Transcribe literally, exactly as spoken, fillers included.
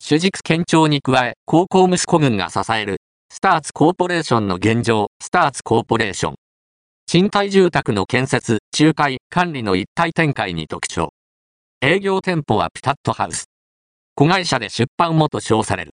主軸堅調に加え、高校息子軍が支える、スターツコーポレーションの現状、スターツコーポレーション。賃貸住宅の建設、仲介、管理の一体展開に特徴。営業店舗はピタッとハウス。子会社で出版もと称される。